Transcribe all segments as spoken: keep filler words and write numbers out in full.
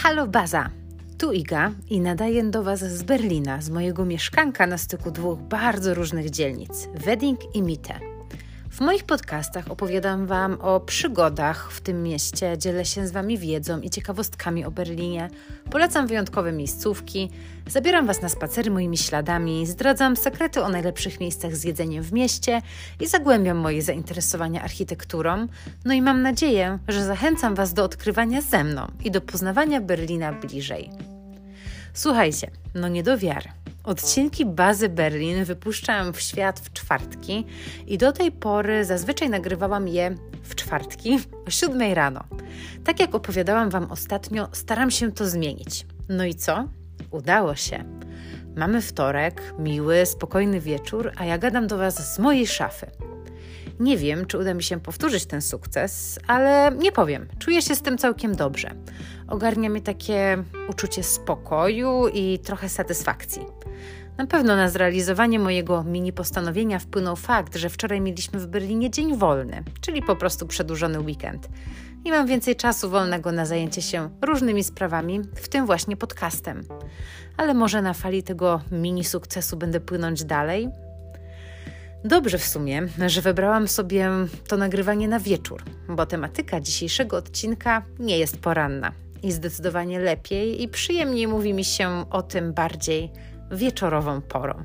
Halo Baza, tu Iga i nadaję do Was z Berlina, z mojego mieszkanka na styku dwóch bardzo różnych dzielnic, Wedding i Mitte. W moich podcastach opowiadam Wam o przygodach w tym mieście, dzielę się z Wami wiedzą i ciekawostkami o Berlinie, polecam wyjątkowe miejscówki, zabieram Was na spacery moimi śladami, zdradzam sekrety o najlepszych miejscach z jedzeniem w mieście i zagłębiam moje zainteresowania architekturą, no i mam nadzieję, że zachęcam Was do odkrywania ze mną i do poznawania Berlina bliżej. Słuchajcie, no nie do wiary. Odcinki Bazy Berlin wypuszczam w świat w czwartki i do tej pory zazwyczaj nagrywałam je w czwartki o siódmej rano. Tak jak opowiadałam Wam ostatnio, staram się to zmienić. No i co? Udało się. Mamy wtorek, miły, spokojny wieczór, a ja gadam do Was z mojej szafy. Nie wiem, czy uda mi się powtórzyć ten sukces, ale nie powiem. Czuję się z tym całkiem dobrze. Ogarnia mnie takie uczucie spokoju i trochę satysfakcji. Na pewno na zrealizowanie mojego mini postanowienia wpłynął fakt, że wczoraj mieliśmy w Berlinie dzień wolny, czyli po prostu przedłużony weekend. I mam więcej czasu wolnego na zajęcie się różnymi sprawami, w tym właśnie podcastem. Ale może na fali tego mini sukcesu będę płynąć dalej? Dobrze w sumie, że wybrałam sobie to nagrywanie na wieczór, bo tematyka dzisiejszego odcinka nie jest poranna i zdecydowanie lepiej i przyjemniej mówi mi się o tym bardziej wieczorową porą.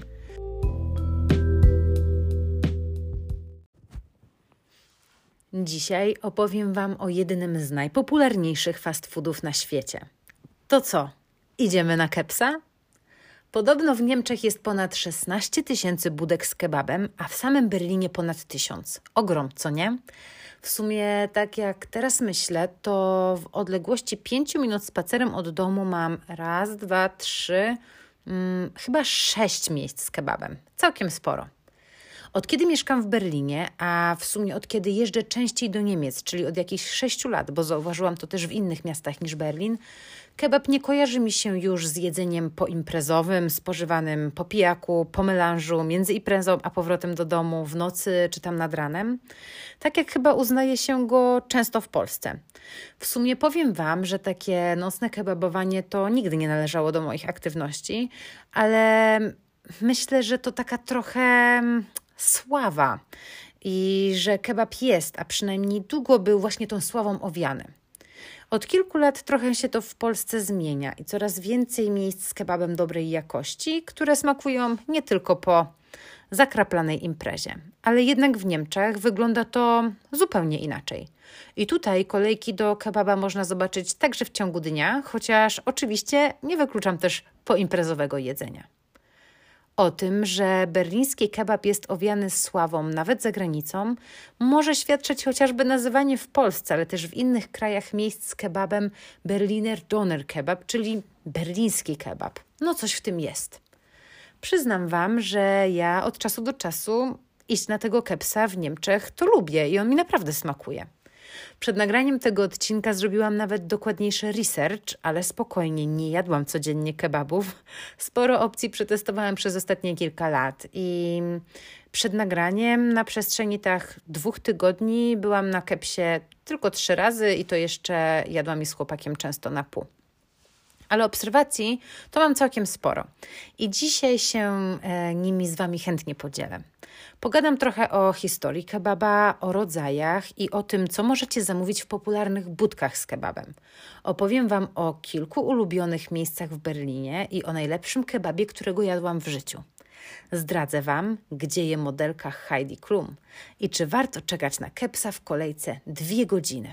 Dzisiaj opowiem Wam o jednym z najpopularniejszych fast foodów na świecie. To co? Idziemy na kebsa? Podobno w Niemczech jest ponad szesnaście tysięcy budek z kebabem, a w samym Berlinie ponad tysiąc. Ogrom, co nie? W sumie, tak jak teraz myślę, to w odległości pięciu minut spacerem od domu mam raz, dwa, trzy, hmm, chyba sześć miejsc z kebabem. Całkiem sporo. Od kiedy mieszkam w Berlinie, a w sumie od kiedy jeżdżę częściej do Niemiec, czyli od jakichś sześciu lat, bo zauważyłam to też w innych miastach niż Berlin, kebab nie kojarzy mi się już z jedzeniem poimprezowym, spożywanym po pijaku, po melanżu, między imprezą a powrotem do domu, w nocy czy tam nad ranem. Tak jak chyba uznaje się go często w Polsce. W sumie powiem Wam, że takie nocne kebabowanie to nigdy nie należało do moich aktywności, ale myślę, że to taka trochę sława i że kebab jest, a przynajmniej długo był właśnie tą sławą owiany. Od kilku lat trochę się to w Polsce zmienia i coraz więcej miejsc z kebabem dobrej jakości, które smakują nie tylko po zakraplanej imprezie. Ale jednak w Niemczech wygląda to zupełnie inaczej. I tutaj kolejki do kebaba można zobaczyć także w ciągu dnia, chociaż oczywiście nie wykluczam też poimprezowego jedzenia. O tym, że berliński kebab jest owiany sławą nawet za granicą, może świadczyć chociażby nazywanie w Polsce, ale też w innych krajach miejsc z kebabem Berliner Doner Kebab, czyli berliński kebab. No coś w tym jest. Przyznam Wam, że ja od czasu do czasu iść na tego kebsa w Niemczech to lubię i on mi naprawdę smakuje. Przed nagraniem tego odcinka zrobiłam nawet dokładniejszy research, ale spokojnie, nie jadłam codziennie kebabów. Sporo opcji przetestowałam przez ostatnie kilka lat i przed nagraniem na przestrzeni tak dwóch tygodni byłam na kebsie tylko trzy razy i to jeszcze jadłam je z chłopakiem często na pół. Ale obserwacji to mam całkiem sporo i dzisiaj się e, nimi z Wami chętnie podzielę. Pogadam trochę o historii kebaba, o rodzajach i o tym, co możecie zamówić w popularnych budkach z kebabem. Opowiem Wam o kilku ulubionych miejscach w Berlinie i o najlepszym kebabie, którego jadłam w życiu. Zdradzę Wam, gdzie je modelka Heidi Klum i czy warto czekać na kebsa w kolejce dwie godziny.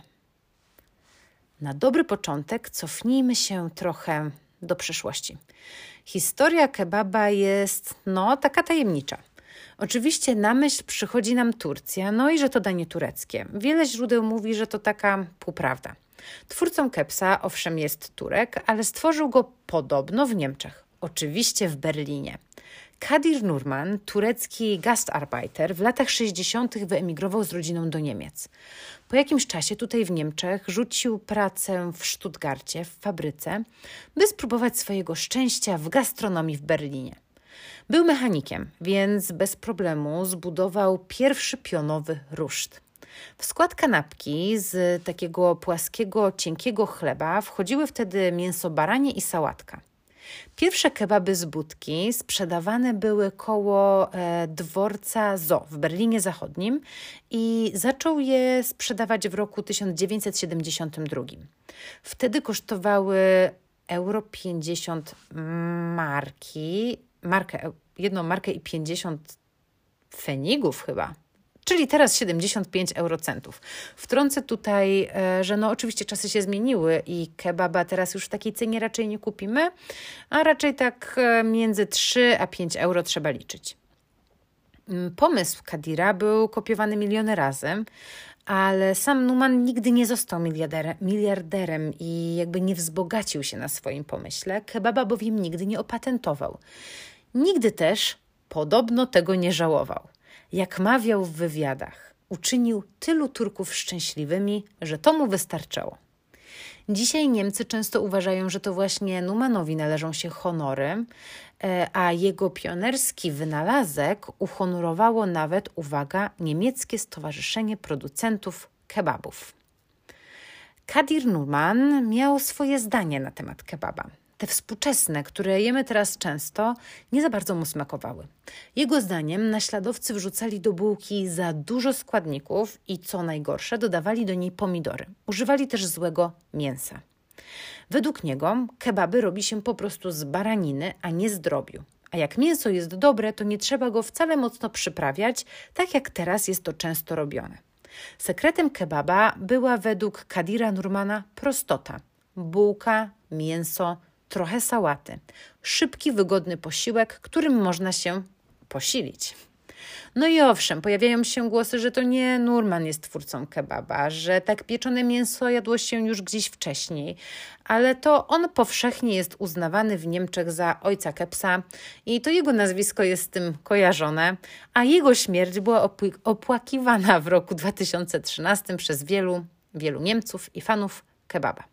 Na dobry początek cofnijmy się trochę do przeszłości. Historia kebaba jest, no, taka tajemnicza. Oczywiście na myśl przychodzi nam Turcja, no i że to danie tureckie. Wiele źródeł mówi, że to taka półprawda. Twórcą kebsa owszem jest Turek, ale stworzył go podobno w Niemczech. Oczywiście w Berlinie. Kadir Nurman, turecki gastarbeiter, w latach sześćdziesiątych wyemigrował z rodziną do Niemiec. Po jakimś czasie tutaj w Niemczech rzucił pracę w Stuttgarcie, w fabryce, by spróbować swojego szczęścia w gastronomii w Berlinie. Był mechanikiem, więc bez problemu zbudował pierwszy pionowy ruszt. W skład kanapki z takiego płaskiego, cienkiego chleba wchodziły wtedy mięso baranie i sałatka. Pierwsze kebaby z budki sprzedawane były koło e, dworca Zoo w Berlinie Zachodnim i zaczął je sprzedawać w roku tysiąc dziewięćset siedemdziesiątym drugim. Wtedy kosztowały euro pięćdziesiąt marki, markę, jedną markę i pięćdziesiąt fenigów chyba. Czyli teraz siedemdziesiąt pięć eurocentów. Wtrącę tutaj, że no oczywiście czasy się zmieniły i kebaba teraz już w takiej cenie raczej nie kupimy, a raczej tak między trzy a pięć euro trzeba liczyć. Pomysł Kadira był kopiowany miliony razy, ale sam Numan nigdy nie został miliarderem, miliarderem i jakby nie wzbogacił się na swoim pomyśle. Kebaba bowiem nigdy nie opatentował. Nigdy też podobno tego nie żałował. Jak mawiał w wywiadach, uczynił tylu Turków szczęśliwymi, że to mu wystarczało. Dzisiaj Niemcy często uważają, że to właśnie Numanowi należą się honory, a jego pionerski wynalazek uhonorowało nawet, uwaga, niemieckie Stowarzyszenie Producentów Kebabów. Kadir Numan miał swoje zdanie na temat kebaba. Te współczesne, które jemy teraz często, nie za bardzo mu smakowały. Jego zdaniem naśladowcy wrzucali do bułki za dużo składników i co najgorsze, dodawali do niej pomidory. Używali też złego mięsa. Według niego kebaby robi się po prostu z baraniny, a nie z drobiu. A jak mięso jest dobre, to nie trzeba go wcale mocno przyprawiać, tak jak teraz jest to często robione. Sekretem kebaba była według Kadira Numana prostota. Bułka, mięso, trochę sałaty. Szybki, wygodny posiłek, którym można się posilić. No i owszem, pojawiają się głosy, że to nie Numan jest twórcą kebaba, że tak pieczone mięso jadło się już gdzieś wcześniej, ale to on powszechnie jest uznawany w Niemczech za ojca kepsa i to jego nazwisko jest z tym kojarzone, a jego śmierć była opł- opłakiwana w roku dwa tysiące trzynastym przez wielu, wielu Niemców i fanów kebaba.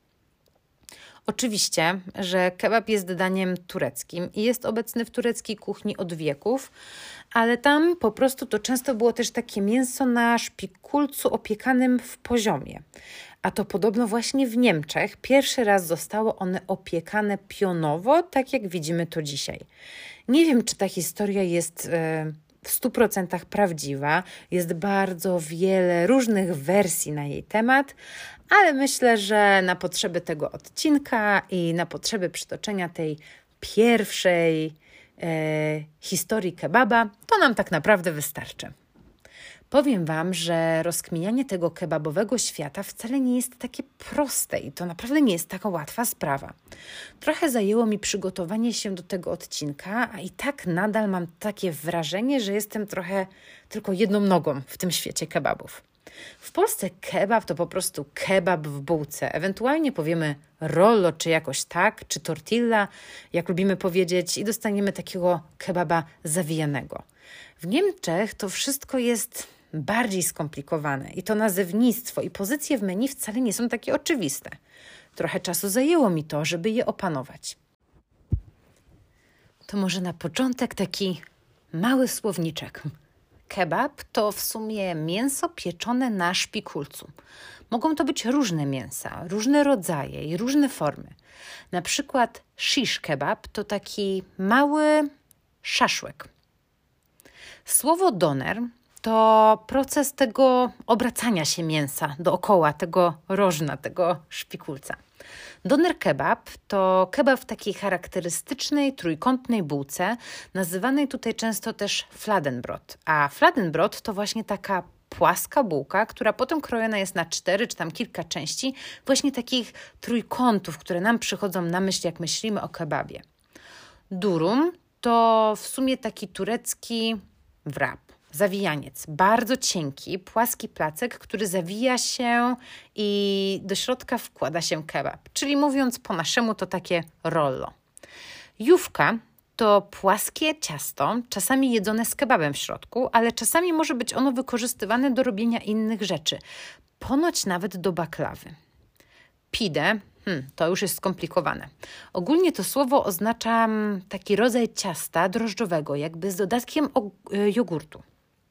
Oczywiście, że kebab jest daniem tureckim i jest obecny w tureckiej kuchni od wieków, ale tam po prostu to często było też takie mięso na szpikulcu opiekanym w poziomie. A to podobno właśnie w Niemczech pierwszy raz zostało one opiekane pionowo, tak jak widzimy to dzisiaj. Nie wiem, czy ta historia jest e, w stu procentach prawdziwa. Jest bardzo wiele różnych wersji na jej temat, ale myślę, że na potrzeby tego odcinka i na potrzeby przytoczenia tej pierwszej e, historii kebaba, to nam tak naprawdę wystarczy. Powiem Wam, że rozkminianie tego kebabowego świata wcale nie jest takie proste i to naprawdę nie jest taka łatwa sprawa. Trochę zajęło mi przygotowanie się do tego odcinka, a i tak nadal mam takie wrażenie, że jestem trochę tylko jedną nogą w tym świecie kebabów. W Polsce kebab to po prostu kebab w bułce. Ewentualnie powiemy rollo, czy jakoś tak, czy tortilla, jak lubimy powiedzieć, i dostaniemy takiego kebaba zawijanego. W Niemczech to wszystko jest bardziej skomplikowane i to nazewnictwo i pozycje w menu wcale nie są takie oczywiste. Trochę czasu zajęło mi to, żeby je opanować. To może na początek taki mały słowniczek. Kebab to w sumie mięso pieczone na szpikulcu. Mogą to być różne mięsa, różne rodzaje i różne formy. Na przykład shish kebab to taki mały szaszłyk. Słowo doner to proces tego obracania się mięsa dookoła tego rożna, tego szpikulca. Doner kebab to kebab w takiej charakterystycznej trójkątnej bułce, nazywanej tutaj często też fladenbrot. A fladenbrot to właśnie taka płaska bułka, która potem krojona jest na cztery czy tam kilka części, właśnie takich trójkątów, które nam przychodzą na myśl, jak myślimy o kebabie. Durum to w sumie taki turecki wrap. Zawijaniec, bardzo cienki, płaski placek, który zawija się i do środka wkłada się kebab. Czyli mówiąc po naszemu to takie rollo. Jówka to płaskie ciasto, czasami jedzone z kebabem w środku, ale czasami może być ono wykorzystywane do robienia innych rzeczy. Ponoć nawet do baklawy. Pide, hmm, to już jest skomplikowane. Ogólnie to słowo oznacza taki rodzaj ciasta drożdżowego, jakby z dodatkiem jogurtu.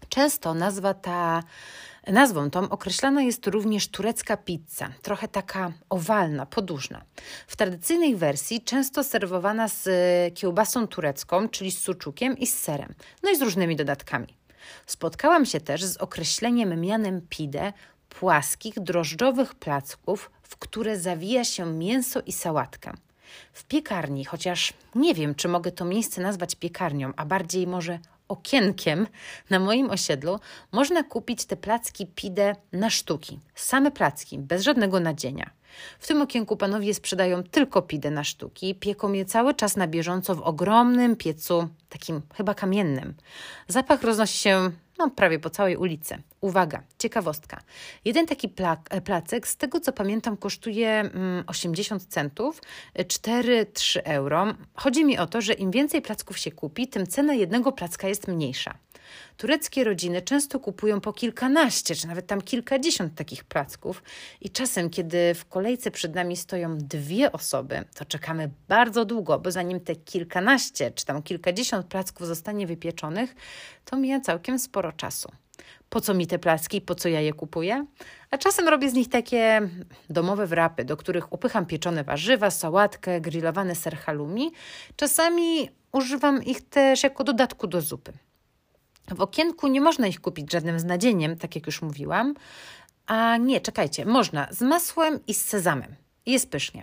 Często nazwa ta, nazwą tą określana jest również turecka pizza, trochę taka owalna, podłużna. W tradycyjnej wersji często serwowana z kiełbasą turecką, czyli z suczukiem i z serem, no i z różnymi dodatkami. Spotkałam się też z określeniem mianem pide płaskich, drożdżowych placków, w które zawija się mięso i sałatkę. W piekarni, chociaż nie wiem, czy mogę to miejsce nazwać piekarnią, a bardziej może okienkiem, na moim osiedlu można kupić te placki pide na sztuki. Same placki, bez żadnego nadzienia. W tym okienku panowie sprzedają tylko pide na sztuki, pieką je cały czas na bieżąco w ogromnym piecu, takim chyba kamiennym. Zapach roznosi się no, prawie po całej ulicy. Uwaga, ciekawostka. Jeden taki pla- placek, z tego co pamiętam, kosztuje mm, osiemdziesiąt centów, cztery do trzech euro. Chodzi mi o to, że im więcej placków się kupi, tym cena jednego placka jest mniejsza. Tureckie rodziny często kupują po kilkanaście, czy nawet tam kilkadziesiąt takich placków i czasem, kiedy w kolejce przed nami stoją dwie osoby, to czekamy bardzo długo, bo zanim te kilkanaście, czy tam kilkadziesiąt placków zostanie wypieczonych, to mija całkiem sporo czasu. Po co mi te placki, po co ja je kupuję? A czasem robię z nich takie domowe wrapy, do których upycham pieczone warzywa, sałatkę, grillowany ser halloumi. Czasami używam ich też jako dodatku do zupy. W okienku nie można ich kupić żadnym z nadzieniem, tak jak już mówiłam. A nie, czekajcie, można z masłem i z sezamem. Jest pysznie.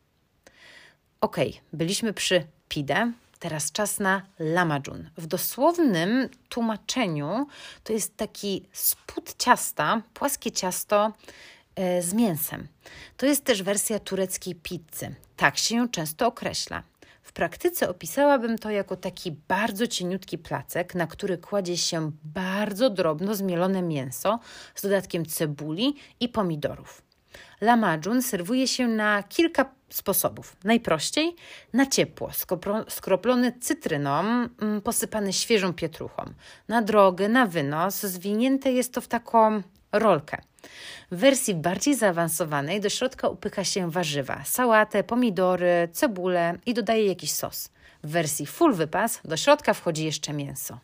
Ok, byliśmy przy pide. Teraz czas na lahmacun. W dosłownym tłumaczeniu to jest taki spód ciasta, płaskie ciasto e, z mięsem. To jest też wersja tureckiej pizzy. Tak się ją często określa. W praktyce opisałabym to jako taki bardzo cieniutki placek, na który kładzie się bardzo drobno zmielone mięso z dodatkiem cebuli i pomidorów. Lahmacun serwuje się na kilka sposobów. Najprościej na ciepło, skroplony cytryną, posypany świeżą pietruchą. Na drogę, na wynos, zwinięte jest to w taką rolkę. W wersji bardziej zaawansowanej do środka upycha się warzywa, sałatę, pomidory, cebulę i dodaje jakiś sos. W wersji full wypas do środka wchodzi jeszcze mięso.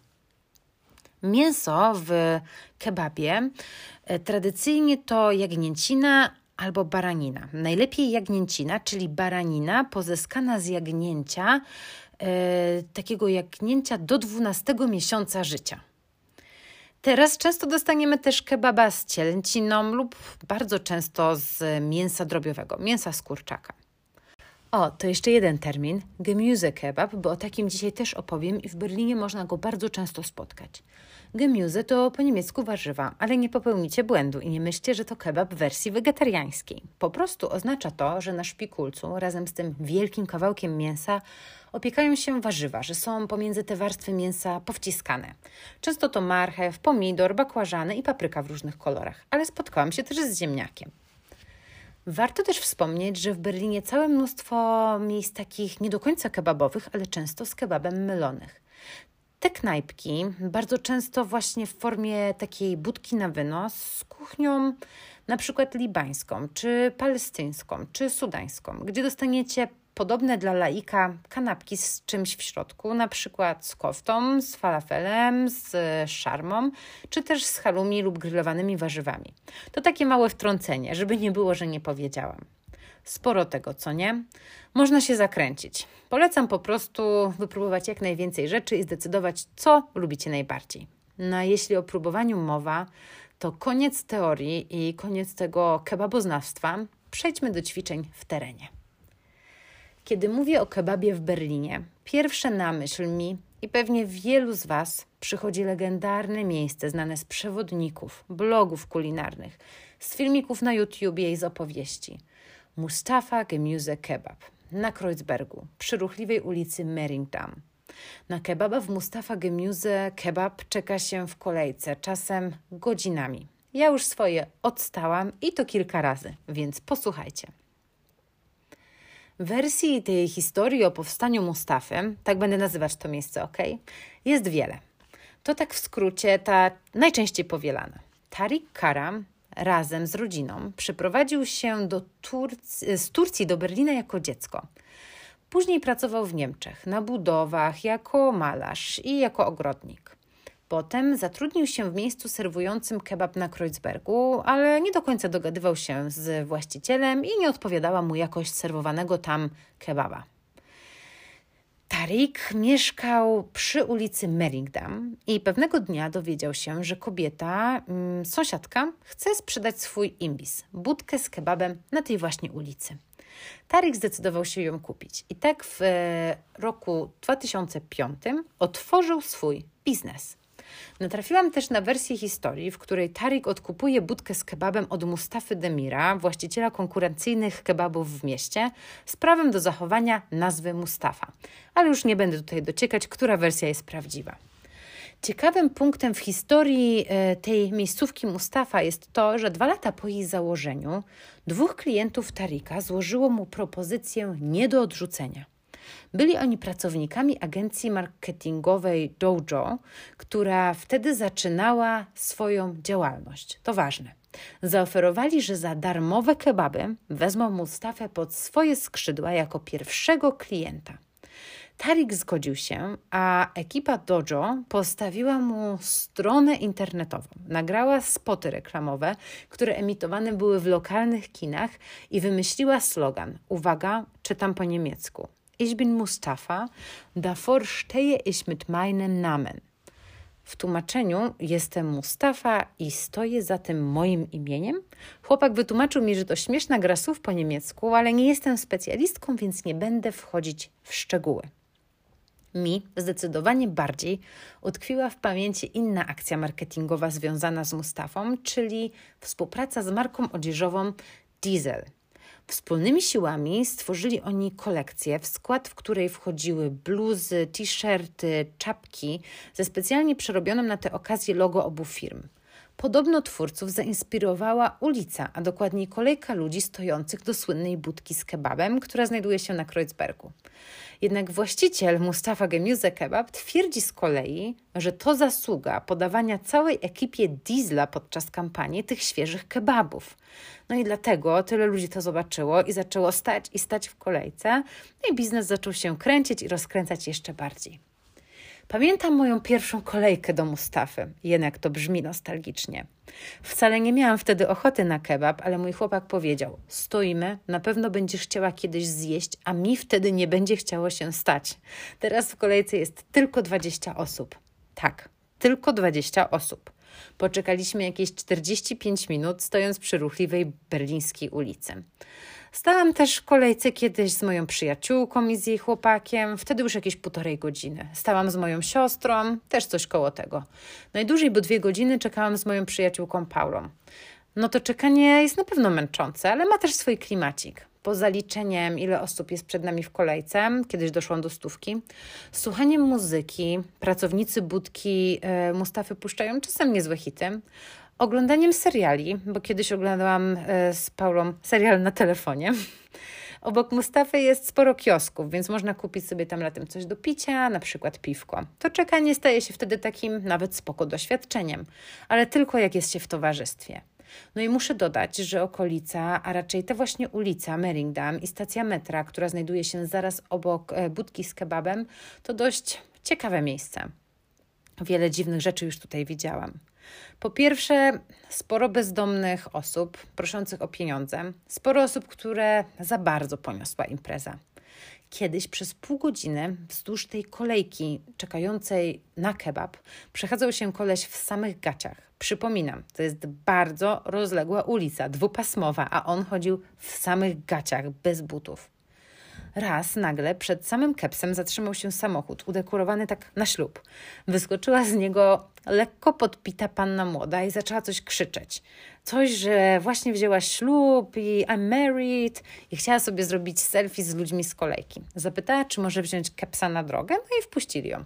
Mięso w kebabie e, tradycyjnie to jagnięcina albo baranina. Najlepiej jagnięcina, czyli baranina pozyskana z jagnięcia, e, takiego jagnięcia do dwunastego miesiąca życia. Teraz często dostaniemy też kebaba z cielęciną lub bardzo często z mięsa drobiowego, mięsa z kurczaka. O, to jeszcze jeden termin, Gemüse kebab, bo o takim dzisiaj też opowiem i w Berlinie można go bardzo często spotkać. Gemüse to po niemiecku warzywa, ale nie popełnicie błędu i nie myślcie, że to kebab w wersji wegetariańskiej. Po prostu oznacza to, że na szpikulcu razem z tym wielkim kawałkiem mięsa opiekają się warzywa, że są pomiędzy te warstwy mięsa powciskane. Często to marchew, pomidor, bakłażany i papryka w różnych kolorach, ale spotkałam się też z ziemniakiem. Warto też wspomnieć, że w Berlinie całe mnóstwo miejsc takich nie do końca kebabowych, ale często z kebabem mylonych. Te knajpki bardzo często właśnie w formie takiej budki na wynos z kuchnią na przykład libańską, czy palestyńską, czy sudańską, gdzie dostaniecie podobne dla laika kanapki z czymś w środku, na przykład z koftą, z falafelem, z szarmą, czy też z halloumi lub grillowanymi warzywami. To takie małe wtrącenie, żeby nie było, że nie powiedziałam. Sporo tego, co nie? Można się zakręcić. Polecam po prostu wypróbować jak najwięcej rzeczy i zdecydować, co lubicie najbardziej. No a jeśli o próbowaniu mowa, to koniec teorii i koniec tego kebaboznawstwa. Przejdźmy do ćwiczeń w terenie. Kiedy mówię o kebabie w Berlinie, pierwsze na myśl mi i pewnie wielu z Was przychodzi legendarne miejsce znane z przewodników, blogów kulinarnych, z filmików na YouTubie i z opowieści. Mustafa Gemüse Kebab na Kreuzbergu, przy ruchliwej ulicy Mehringdamm. Na kebaba w Mustafa Gemüse Kebab czeka się w kolejce, czasem godzinami. Ja już swoje odstałam i to kilka razy, więc posłuchajcie. Wersji tej historii o powstaniu Mustafy, tak będę nazywać to miejsce, ok? Jest wiele. To tak w skrócie ta najczęściej powielana. Tarik Karam razem z rodziną przeprowadził się do Turcji, z Turcji do Berlina jako dziecko. Później pracował w Niemczech na budowach jako malarz i jako ogrodnik. Potem zatrudnił się w miejscu serwującym kebab na Kreuzbergu, ale nie do końca dogadywał się z właścicielem i nie odpowiadała mu jakość serwowanego tam kebaba. Tariq mieszkał przy ulicy Merindam i pewnego dnia dowiedział się, że kobieta, mm, sąsiadka, chce sprzedać swój imbis, budkę z kebabem na tej właśnie ulicy. Tariq zdecydował się ją kupić i tak w e, roku dwa tysiące piątym otworzył swój biznes. Natrafiłam też na wersję historii, w której Tariq odkupuje budkę z kebabem od Mustafy Demira, właściciela konkurencyjnych kebabów w mieście, z prawem do zachowania nazwy Mustafa. Ale już nie będę tutaj dociekać, która wersja jest prawdziwa. Ciekawym punktem w historii tej miejscówki Mustafa jest to, że dwa lata po jej założeniu dwóch klientów Tariqa złożyło mu propozycję nie do odrzucenia. Byli oni pracownikami agencji marketingowej Dojo, która wtedy zaczynała swoją działalność. To ważne. Zaoferowali, że za darmowe kebaby wezmą Mustafę pod swoje skrzydła jako pierwszego klienta. Tariq zgodził się, a ekipa Dojo postawiła mu stronę internetową. Nagrała spoty reklamowe, które emitowane były w lokalnych kinach i wymyśliła slogan. Uwaga, czytam po niemiecku. Ich bin Mustafa, davor stehe ich mit meinem Namen. W tłumaczeniu jestem Mustafa i stoję za tym moim imieniem. Chłopak wytłumaczył mi, że to śmieszna gra słów po niemiecku, ale nie jestem specjalistką, więc nie będę wchodzić w szczegóły. Mi zdecydowanie bardziej utkwiła w pamięci inna akcja marketingowa związana z Mustafą, czyli współpraca z marką odzieżową Diesel. Wspólnymi siłami stworzyli oni kolekcję, w skład w której wchodziły bluzy, t-shirty, czapki ze specjalnie przerobionym na tę okazję logo obu firm. Podobno twórców zainspirowała ulica, a dokładniej kolejka ludzi stojących do słynnej budki z kebabem, która znajduje się na Kreuzbergu. Jednak właściciel Mustafa Gemüse Kebab twierdzi z kolei, że to zasługa podawania całej ekipie Diesla podczas kampanii tych świeżych kebabów. No i dlatego tyle ludzi to zobaczyło i zaczęło stać i stać w kolejce, no i biznes zaczął się kręcić i rozkręcać jeszcze bardziej. Pamiętam moją pierwszą kolejkę do Mustafy, jednak to brzmi nostalgicznie. Wcale nie miałam wtedy ochoty na kebab, ale mój chłopak powiedział: stoimy, na pewno będziesz chciała kiedyś zjeść, a mi wtedy nie będzie chciało się stać. Teraz w kolejce jest tylko dwadzieścia osób. Tak, tylko dwadzieścia osób. Poczekaliśmy jakieś czterdzieści pięć minut, stojąc przy ruchliwej berlińskiej ulicy. Stałam też w kolejce kiedyś z moją przyjaciółką i z jej chłopakiem, wtedy już jakieś półtorej godziny. Stałam z moją siostrą, też coś koło tego. Najdłużej, bo dwie godziny czekałam z moją przyjaciółką Paulą. No to czekanie jest na pewno męczące, ale ma też swój klimacik. Poza liczeniem, ile osób jest przed nami w kolejce, kiedyś doszłam do stówki, słuchaniem muzyki, pracownicy budki e, Mustafy puszczają czasem niezłe hity, oglądaniem seriali, bo kiedyś oglądałam e, z Paulą serial na telefonie. Obok Mustafy jest sporo kiosków, więc można kupić sobie tam latem coś do picia, na przykład piwko. To czekanie staje się wtedy takim nawet spoko doświadczeniem, ale tylko jak jest się w towarzystwie. No i muszę dodać, że okolica, a raczej ta właśnie ulica Merindam i stacja metra, która znajduje się zaraz obok e, budki z kebabem, to dość ciekawe miejsce. Wiele dziwnych rzeczy już tutaj widziałam. Po pierwsze, sporo bezdomnych osób proszących o pieniądze, sporo osób, które za bardzo poniosła impreza. Kiedyś przez pół godziny wzdłuż tej kolejki czekającej na kebab przechadzał się koleś w samych gaciach. Przypominam, to jest bardzo rozległa ulica, dwupasmowa, a on chodził w samych gaciach, bez butów. Raz nagle przed samym kepsem zatrzymał się samochód, udekorowany tak na ślub. Wyskoczyła z niego lekko podpita panna młoda i zaczęła coś krzyczeć. Coś, że właśnie wzięła ślub i I'm married i chciała sobie zrobić selfie z ludźmi z kolejki. Zapytała, czy może wziąć kepsa na drogę, no i wpuścili ją.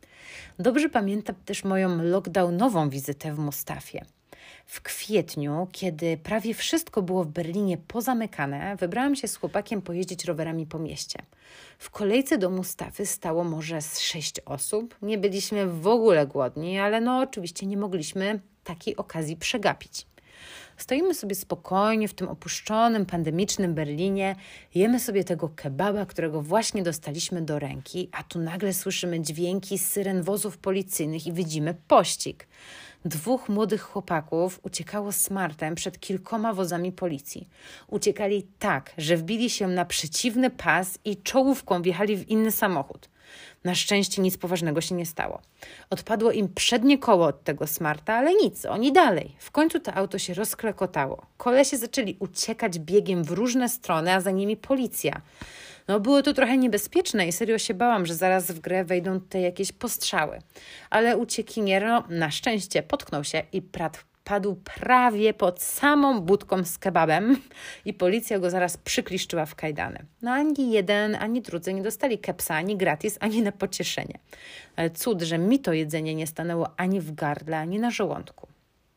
Dobrze pamiętam też moją lockdownową wizytę w Mustafie. W kwietniu, kiedy prawie wszystko było w Berlinie pozamykane, wybrałam się z chłopakiem pojeździć rowerami po mieście. W kolejce do Mustafy stało może z sześć osób. Nie byliśmy w ogóle głodni, ale no oczywiście nie mogliśmy takiej okazji przegapić. Stoimy sobie spokojnie w tym opuszczonym, pandemicznym Berlinie, jemy sobie tego kebaba, którego właśnie dostaliśmy do ręki, a tu nagle słyszymy dźwięki syren wozów policyjnych i widzimy pościg. Dwóch młodych chłopaków uciekało smartem przed kilkoma wozami policji. Uciekali tak, że wbili się na przeciwny pas i czołówką wjechali w inny samochód. Na szczęście nic poważnego się nie stało. Odpadło im przednie koło od tego smarta, ale nic, oni dalej. W końcu to auto się rozklekotało. Kolesie zaczęli uciekać biegiem w różne strony, a za nimi policja. No było to trochę niebezpieczne i serio się bałam, że zaraz w grę wejdą tutaj jakieś postrzały. Ale uciekinier no, na szczęście potknął się i prat padł prawie pod samą budką z kebabem i policja go zaraz przykliszczyła w kajdany. No ani jeden, ani drudzy nie dostali kepsa, ani gratis, ani na pocieszenie. Ale cud, że mi to jedzenie nie stanęło ani w gardle, ani na żołądku.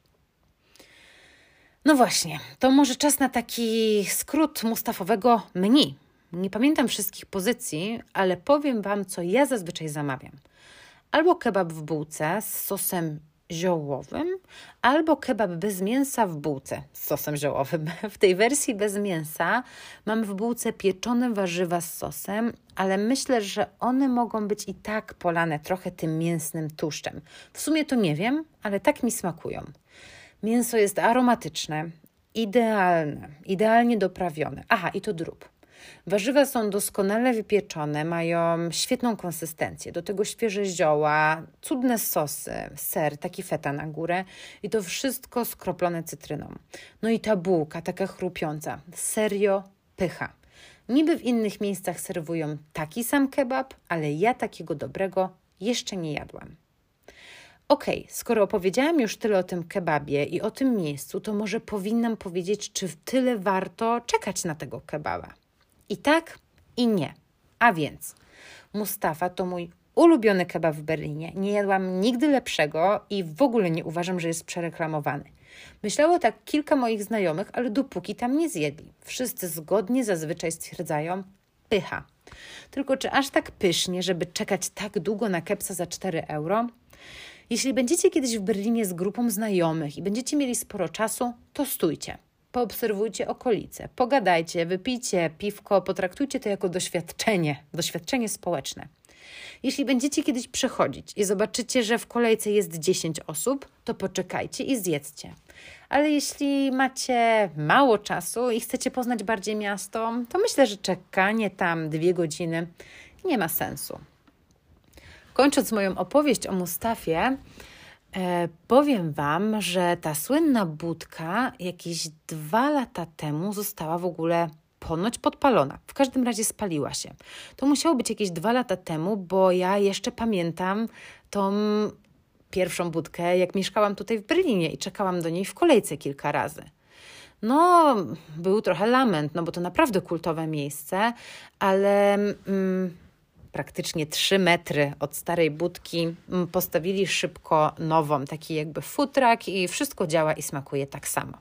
No właśnie, to może czas na taki skrót mustafowego menu. Nie pamiętam wszystkich pozycji, ale powiem Wam, co ja zazwyczaj zamawiam. Albo kebab w bułce z sosem ziołowym, albo kebab bez mięsa w bułce z sosem ziołowym. W tej wersji bez mięsa mam w bułce pieczone warzywa z sosem, ale myślę, że one mogą być i tak polane trochę tym mięsnym tłuszczem. W sumie to nie wiem, ale tak mi smakują. Mięso jest aromatyczne, idealne, idealnie doprawione. Aha, i to drób. Warzywa są doskonale wypieczone, mają świetną konsystencję, do tego świeże zioła, cudne sosy, ser, taki feta na górę i to wszystko skroplone cytryną. No i ta bułka, taka chrupiąca, serio pycha. Niby w innych miejscach serwują taki sam kebab, ale ja takiego dobrego jeszcze nie jadłam. Okej, okay, skoro opowiedziałam już tyle o tym kebabie i o tym miejscu, to może powinnam powiedzieć, czy tyle warto czekać na tego kebaba. I tak, i nie. A więc Mustafa to mój ulubiony kebab w Berlinie. Nie jadłam nigdy lepszego i w ogóle nie uważam, że jest przereklamowany. Myślało tak kilka moich znajomych, ale dopóki tam nie zjedli. Wszyscy zgodnie zazwyczaj stwierdzają pycha. Tylko czy aż tak pysznie, żeby czekać tak długo na kepsa za cztery euro? Jeśli będziecie kiedyś w Berlinie z grupą znajomych i będziecie mieli sporo czasu, to stójcie. Poobserwujcie okolice, pogadajcie, wypijcie piwko, potraktujcie to jako doświadczenie, doświadczenie społeczne. Jeśli będziecie kiedyś przechodzić i zobaczycie, że w kolejce jest dziesięć osób, to poczekajcie i zjedzcie. Ale jeśli macie mało czasu i chcecie poznać bardziej miasto, to myślę, że czekanie tam dwie godziny nie ma sensu. Kończąc moją opowieść o Mustafie, E, powiem Wam, że ta słynna budka jakieś dwa lata temu została w ogóle ponoć podpalona. W każdym razie spaliła się. To musiało być jakieś dwa lata temu, bo ja jeszcze pamiętam tą pierwszą budkę, jak mieszkałam tutaj w Berlinie i czekałam do niej w kolejce kilka razy. No, był trochę lament, no bo to naprawdę kultowe miejsce, ale... Mm, praktycznie trzy metry od starej budki postawili szybko nową, taki jakby futrak i wszystko działa i smakuje tak samo.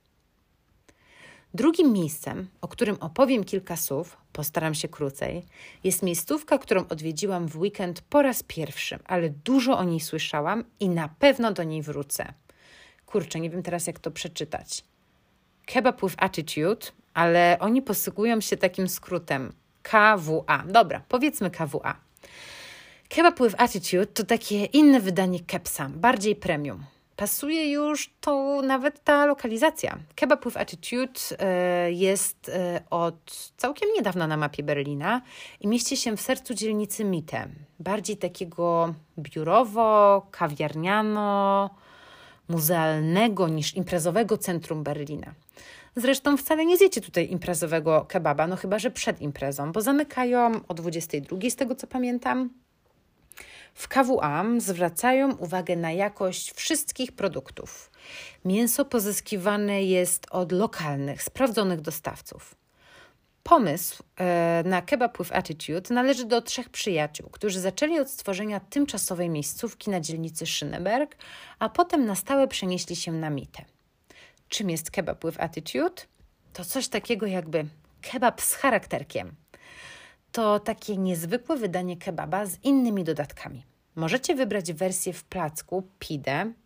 Drugim miejscem, o którym opowiem kilka słów, postaram się krócej, jest miejscówka, którą odwiedziłam w weekend po raz pierwszy, ale dużo o niej słyszałam i na pewno do niej wrócę. Kurczę, nie wiem teraz jak to przeczytać. Kebab with Attitude, ale oni posługują się takim skrótem K W A. Dobra, powiedzmy K W A. Kebab with Attitude to takie inne wydanie kepsa, bardziej premium. Pasuje już to nawet ta lokalizacja. Kebab with Attitude y, jest y, od całkiem niedawna na mapie Berlina i mieści się w sercu dzielnicy Mitte. Bardziej takiego biurowo, kawiarniano, muzealnego niż imprezowego centrum Berlina. Zresztą wcale nie zjecie tutaj imprezowego kebaba, no chyba że przed imprezą, bo zamykają o dwudziestej drugiej z tego co pamiętam. W K W A zwracają uwagę na jakość wszystkich produktów. Mięso pozyskiwane jest od lokalnych, sprawdzonych dostawców. Pomysł e, na Kebab with Attitude należy do trzech przyjaciół, którzy zaczęli od stworzenia tymczasowej miejscówki na dzielnicy Schöneberg, a potem na stałe przenieśli się na Mitte. Czym jest Kebab with Attitude? To coś takiego jakby kebab z charakterkiem. To takie niezwykłe wydanie kebaba z innymi dodatkami. Możecie wybrać wersję w placku, pidę,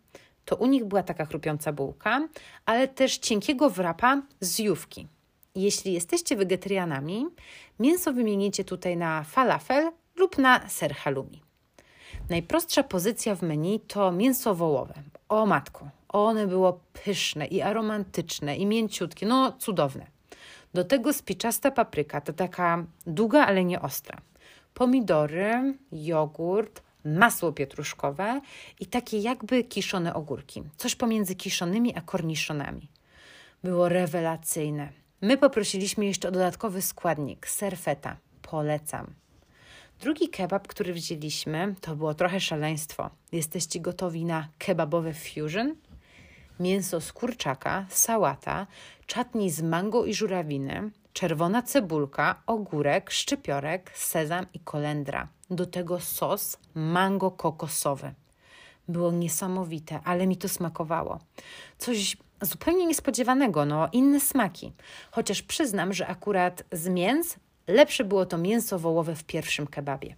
to u nich była taka chrupiąca bułka, ale też cienkiego wrapa z jówki. Jeśli jesteście wegetarianami, mięso wymienicie tutaj na falafel lub na ser halloumi. Najprostsza pozycja w menu to mięso wołowe. O matko, one było pyszne i aromatyczne i mięciutkie, no cudowne. Do tego spiczasta papryka, to taka długa, ale nie ostra. Pomidory, jogurt, masło pietruszkowe i takie jakby kiszone ogórki. Coś pomiędzy kiszonymi a korniszonami. Było rewelacyjne. My poprosiliśmy jeszcze o dodatkowy składnik, ser feta. Polecam. Drugi kebab, który wzięliśmy, to było trochę szaleństwo. Jesteście gotowi na kebabowe fusion? Mięso z kurczaka, sałata, czatni z mango i żurawiny, czerwona cebulka, ogórek, szczypiorek, sezam i kolendra. Do tego sos mango kokosowy. Było niesamowite, ale mi to smakowało. Coś zupełnie niespodziewanego, no inne smaki. Chociaż przyznam, że akurat z mięs lepsze było to mięso wołowe w pierwszym kebabie.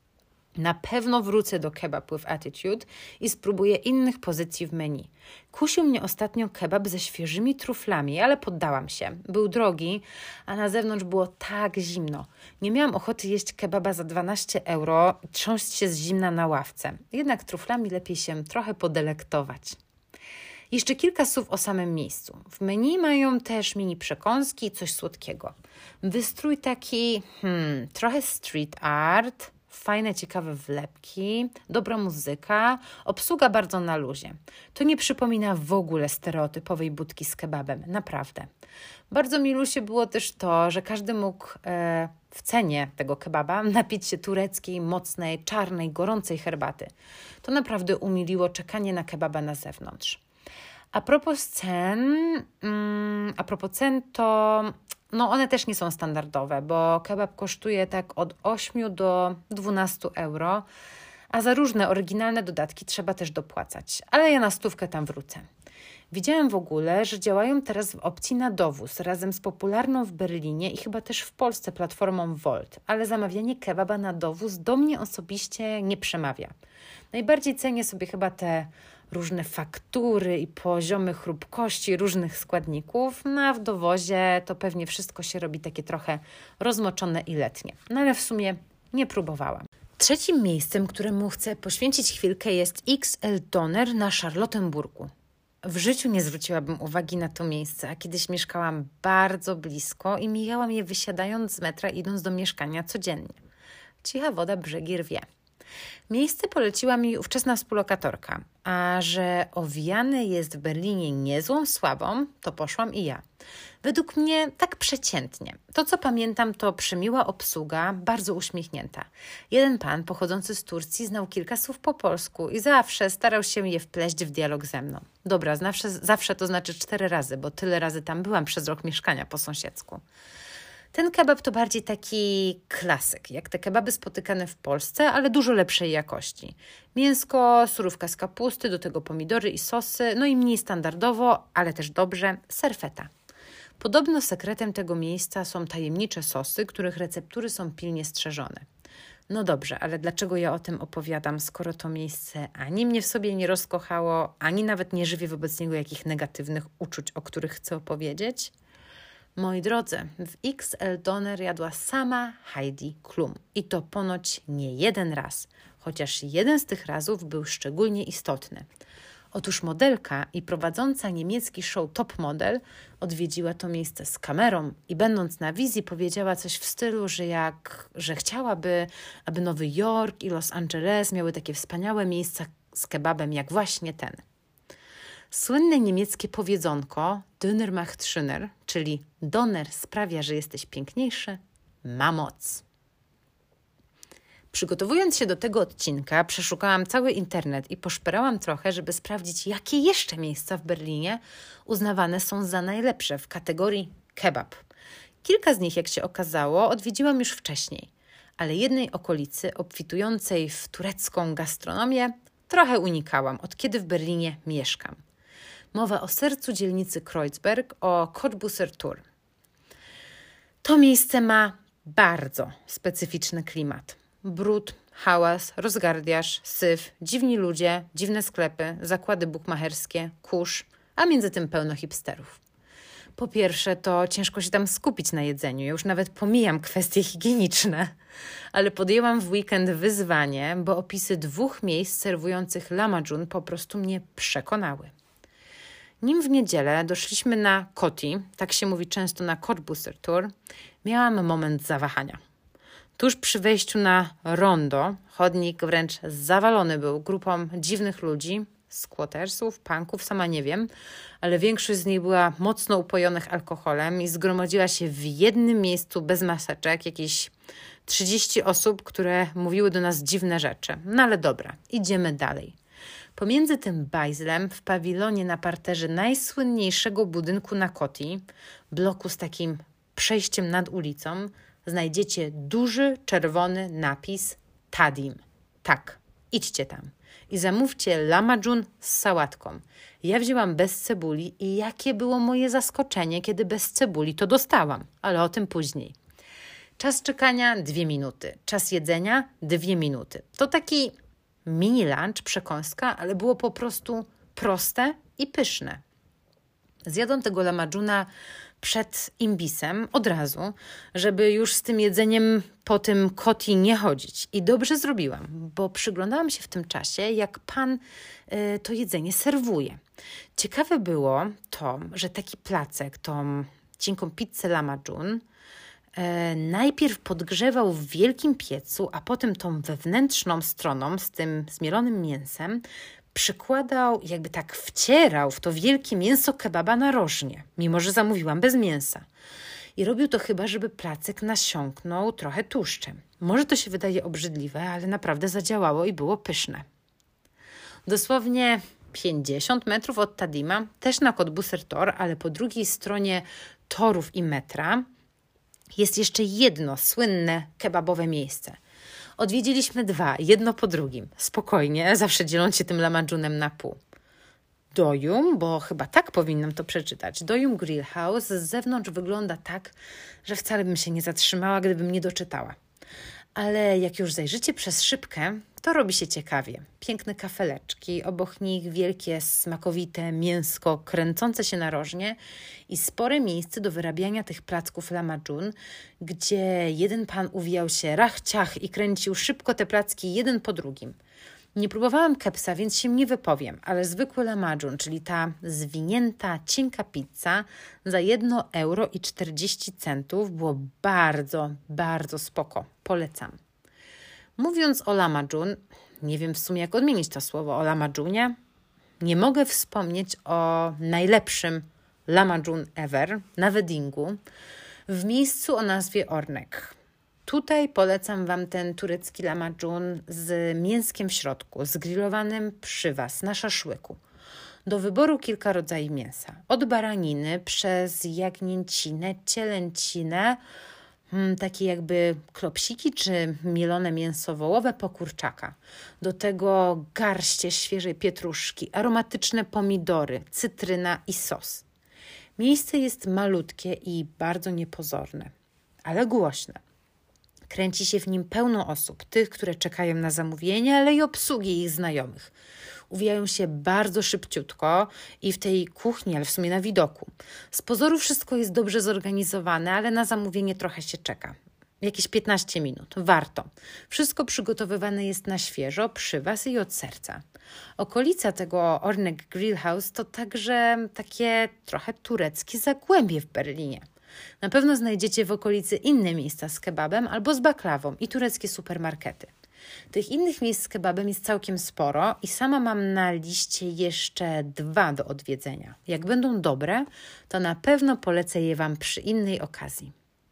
Na pewno wrócę do Kebab with Attitude i spróbuję innych pozycji w menu. Kusił mnie ostatnio kebab ze świeżymi truflami, ale poddałam się. Był drogi, a na zewnątrz było tak zimno. Nie miałam ochoty jeść kebaba za dwanaście euro i trząść się z zimna na ławce. Jednak truflami lepiej się trochę podelektować. Jeszcze kilka słów o samym miejscu. W menu mają też mini przekąski i coś słodkiego. Wystrój taki hmm, trochę street art, fajne, ciekawe wlepki, dobra muzyka, obsługa bardzo na luzie. To nie przypomina w ogóle stereotypowej budki z kebabem, naprawdę. Bardzo milusie było też to, że każdy mógł e, w cenie tego kebaba napić się tureckiej, mocnej, czarnej, gorącej herbaty. To naprawdę umiliło czekanie na kebaba na zewnątrz. A propos cen, mm, a propos cen, to no one też nie są standardowe, bo kebab kosztuje tak od ośmiu do dwunastu euro, a za różne oryginalne dodatki trzeba też dopłacać. Ale ja na stówkę tam wrócę. Widziałam w ogóle, że działają teraz w opcji na dowóz razem z popularną w Berlinie i chyba też w Polsce platformą Wolt, ale zamawianie kebaba na dowóz do mnie osobiście nie przemawia. Najbardziej cenię sobie chyba te różne faktury i poziomy chrupkości różnych składników, no a w dowozie to pewnie wszystko się robi takie trochę rozmoczone i letnie. No ale w sumie nie próbowałam. Trzecim miejscem, któremu chcę poświęcić chwilkę, jest X L Doner na Charlottenburgu. W życiu nie zwróciłabym uwagi na to miejsce, a kiedyś mieszkałam bardzo blisko i mijałam je wysiadając z metra, idąc do mieszkania codziennie. Cicha woda brzegi rwie. Miejsce poleciła mi ówczesna współlokatorka, a że owijany jest w Berlinie niezłą sławą, to poszłam i ja. Według mnie tak przeciętnie. To, co pamiętam, to przemiła obsługa, bardzo uśmiechnięta. Jeden pan pochodzący z Turcji znał kilka słów po polsku i zawsze starał się je wpleść w dialog ze mną. Dobra, zawsze, zawsze to znaczy cztery razy, bo tyle razy tam byłam przez rok mieszkania po sąsiedzku. Ten kebab to bardziej taki klasyk, jak te kebaby spotykane w Polsce, ale dużo lepszej jakości. Mięsko, surówka z kapusty, do tego pomidory i sosy, no i mniej standardowo, ale też dobrze, ser feta. Podobno sekretem tego miejsca są tajemnicze sosy, których receptury są pilnie strzeżone. No dobrze, ale dlaczego ja o tym opowiadam, skoro to miejsce ani mnie w sobie nie rozkochało, ani nawet nie żywię wobec niego jakich negatywnych uczuć, o których chcę opowiedzieć? Moi drodzy, w X L Doner jadła sama Heidi Klum i to ponoć nie jeden raz, chociaż jeden z tych razów był szczególnie istotny. Otóż modelka i prowadząca niemiecki show Top Model odwiedziła to miejsce z kamerą i będąc na wizji powiedziała coś w stylu, że, jak, że chciałaby, aby Nowy Jork i Los Angeles miały takie wspaniałe miejsca z kebabem jak właśnie ten. Słynne niemieckie powiedzonko Döner macht schöner, czyli doner sprawia, że jesteś piękniejszy, ma moc. Przygotowując się do tego odcinka, przeszukałam cały internet i poszperałam trochę, żeby sprawdzić, jakie jeszcze miejsca w Berlinie uznawane są za najlepsze w kategorii kebab. Kilka z nich, jak się okazało, odwiedziłam już wcześniej, ale jednej okolicy obfitującej w turecką gastronomię trochę unikałam, od kiedy w Berlinie mieszkam. Mowa o sercu dzielnicy Kreuzberg, o Cottbuser Tor. To miejsce ma bardzo specyficzny klimat. Brud, hałas, rozgardiasz, syf, dziwni ludzie, dziwne sklepy, zakłady bukmacherskie, kurz, a między tym pełno hipsterów. Po pierwsze, to ciężko się tam skupić na jedzeniu. Ja już nawet pomijam kwestie higieniczne. Ale podjęłam w weekend wyzwanie, bo opisy dwóch miejsc serwujących lamajun po prostu mnie przekonały. Nim w niedzielę doszliśmy na Koti, tak się mówi często na Cottbusser Tour, miałam moment zawahania. Tuż przy wejściu na rondo chodnik wręcz zawalony był grupą dziwnych ludzi, squattersów, punków, sama nie wiem, ale większość z nich była mocno upojonych alkoholem i zgromadziła się w jednym miejscu bez maseczek, jakieś trzydzieści osób, które mówiły do nas dziwne rzeczy. No ale dobra, idziemy dalej. Pomiędzy tym bajzlem w pawilonie na parterze najsłynniejszego budynku na Koti, bloku z takim przejściem nad ulicą, znajdziecie duży, czerwony napis Tadim. Tak, idźcie tam i zamówcie lamajun z sałatką. Ja wzięłam bez cebuli i jakie było moje zaskoczenie, kiedy bez cebuli to dostałam, ale o tym później. Czas czekania dwie minuty, czas jedzenia dwie minuty. To taki mini lunch, przekąska, ale było po prostu proste i pyszne. Zjadłam tego lamajuna przed imbisem od razu, żeby już z tym jedzeniem po tym Koti nie chodzić. I dobrze zrobiłam, bo przyglądałam się w tym czasie, jak pan y, to jedzenie serwuje. Ciekawe było to, że taki placek, tą cienką pizzę lamajun, E, najpierw podgrzewał w wielkim piecu, a potem tą wewnętrzną stroną z tym zmielonym mięsem przykładał, jakby tak wcierał w to wielkie mięso kebaba narożnie, mimo że zamówiłam bez mięsa. I robił to chyba, żeby placek nasiąknął trochę tłuszczem. Może to się wydaje obrzydliwe, ale naprawdę zadziałało i było pyszne. Dosłownie pięćdziesiąt metrów od Tadima, też na Cottbusser Tor, ale po drugiej stronie torów i metra, jest jeszcze jedno słynne kebabowe miejsce. Odwiedziliśmy dwa, jedno po drugim. Spokojnie, zawsze dzieląc się tym lamajunem na pół. Dojum, bo chyba tak powinnam to przeczytać. Dojum Grill House z zewnątrz wygląda tak, że wcale bym się nie zatrzymała, gdybym nie doczytała. Ale jak już zajrzycie przez szybkę, to robi się ciekawie. Piękne kafeleczki, obok nich wielkie, smakowite mięsko kręcące się narożnie i spore miejsce do wyrabiania tych placków lamajun, gdzie jeden pan uwijał się rach, ciach i kręcił szybko te placki jeden po drugim. Nie próbowałam kepsa, więc się nie wypowiem, ale zwykły lamajun, czyli ta zwinięta, cienka pizza za jedno euro i czterdzieści centów było bardzo, bardzo spoko. Polecam. Mówiąc o lamajun, nie wiem w sumie jak odmienić to słowo, o lamajunie, nie mogę wspomnieć o najlepszym lamajun ever na weddingu w miejscu o nazwie Ornek. Tutaj polecam Wam ten turecki lamajun z mięskiem w środku, zgrillowanym przy Was na szaszłyku. Do wyboru kilka rodzajów mięsa. Od baraniny przez jagnięcinę, cielęcinę, hmm, takie jakby klopsiki czy mielone mięso wołowe po kurczaka. Do tego garście świeżej pietruszki, aromatyczne pomidory, cytryna i sos. Miejsce jest malutkie i bardzo niepozorne, ale głośne. Kręci się w nim pełno osób, tych, które czekają na zamówienie, ale i obsługi ich znajomych. Uwijają się bardzo szybciutko i w tej kuchni, ale w sumie na widoku. Z pozoru wszystko jest dobrze zorganizowane, ale na zamówienie trochę się czeka. Jakieś piętnaście minut. Warto. Wszystko przygotowywane jest na świeżo, przy Was i od serca. Okolica tego Ornek Grill House to także takie trochę tureckie zagłębie w Berlinie. Na pewno znajdziecie w okolicy inne miejsca z kebabem albo z baklawą i tureckie supermarkety. Tych innych miejsc z kebabem jest całkiem sporo i sama mam na liście jeszcze dwa do odwiedzenia. Jak będą dobre, to na pewno polecę je Wam przy innej okazji.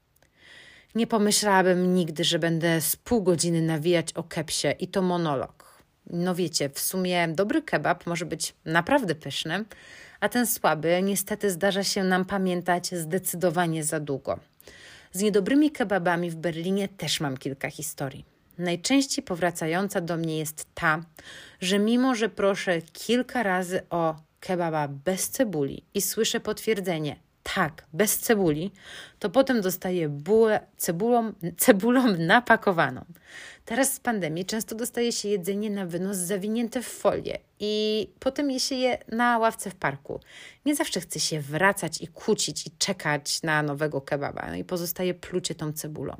Nie pomyślałabym nigdy, że będę z pół godziny nawijać o kepsie i to monolog. No wiecie, w sumie dobry kebab może być naprawdę pyszny, a ten słaby niestety zdarza się nam pamiętać zdecydowanie za długo. Z niedobrymi kebabami w Berlinie też mam kilka historii. Najczęściej powracająca do mnie jest ta, że mimo, że proszę kilka razy o kebaba bez cebuli i słyszę potwierdzenie tak, bez cebuli, to potem dostaję bułę cebulą, cebulą napakowaną. Teraz z pandemii często dostaje się jedzenie na wynos zawinięte w folię i potem je się je na ławce w parku. Nie zawsze chce się wracać i kłócić i czekać na nowego kebaba, no i pozostaje plucie tą cebulą.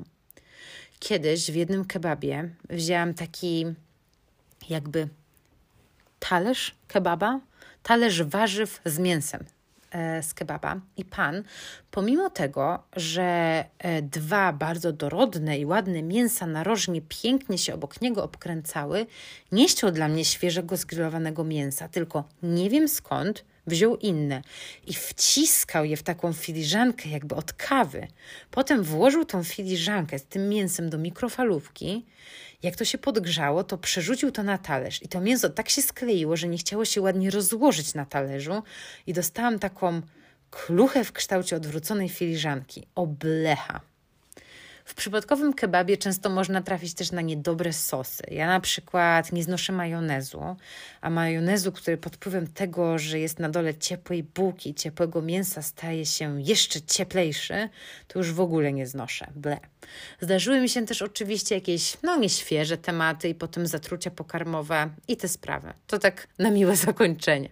Kiedyś w jednym kebabie wzięłam taki jakby talerz kebaba, talerz warzyw z mięsem z kebaba i pan, pomimo tego, że dwa bardzo dorodne i ładne mięsa narożnie pięknie się obok niego obkręcały, nie chciał dla mnie świeżego zgrillowanego mięsa, tylko nie wiem skąd wziął inne i wciskał je w taką filiżankę jakby od kawy. Potem włożył tą filiżankę z tym mięsem do mikrofalówki. Jak to się podgrzało, to przerzucił to na talerz i to mięso tak się skleiło, że nie chciało się ładnie rozłożyć na talerzu i dostałam taką kluchę w kształcie odwróconej filiżanki. Oblecha. W przypadkowym kebabie często można trafić też na niedobre sosy. Ja na przykład nie znoszę majonezu, a majonezu, który pod wpływem tego, że jest na dole ciepłej bułki, ciepłego mięsa staje się jeszcze cieplejszy, to już w ogóle nie znoszę. Ble. Zdarzyły mi się też oczywiście jakieś, no nieświeże tematy i potem zatrucia pokarmowe i te sprawy. To tak na miłe zakończenie.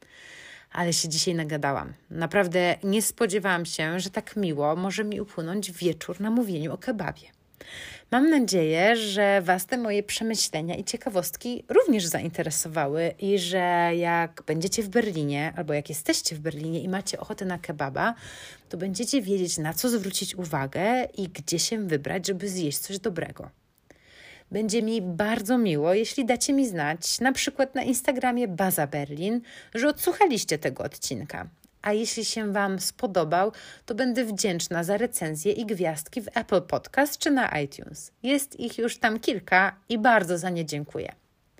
Ale się dzisiaj nagadałam. Naprawdę nie spodziewałam się, że tak miło może mi upłynąć wieczór na mówieniu o kebabie. Mam nadzieję, że Was te moje przemyślenia i ciekawostki również zainteresowały i że jak będziecie w Berlinie albo jak jesteście w Berlinie i macie ochotę na kebaba, to będziecie wiedzieć, na co zwrócić uwagę i gdzie się wybrać, żeby zjeść coś dobrego. Będzie mi bardzo miło, jeśli dacie mi znać, na przykład na Instagramie Baza Berlin, że odsłuchaliście tego odcinka. A jeśli się Wam spodobał, to będę wdzięczna za recenzje i gwiazdki w Apple Podcast czy na iTunes. Jest ich już tam kilka i bardzo za nie dziękuję.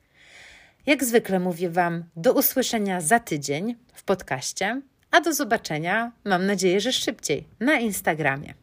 Jak zwykle mówię Wam do usłyszenia za tydzień w podcaście, a do zobaczenia, mam nadzieję, że szybciej, na Instagramie.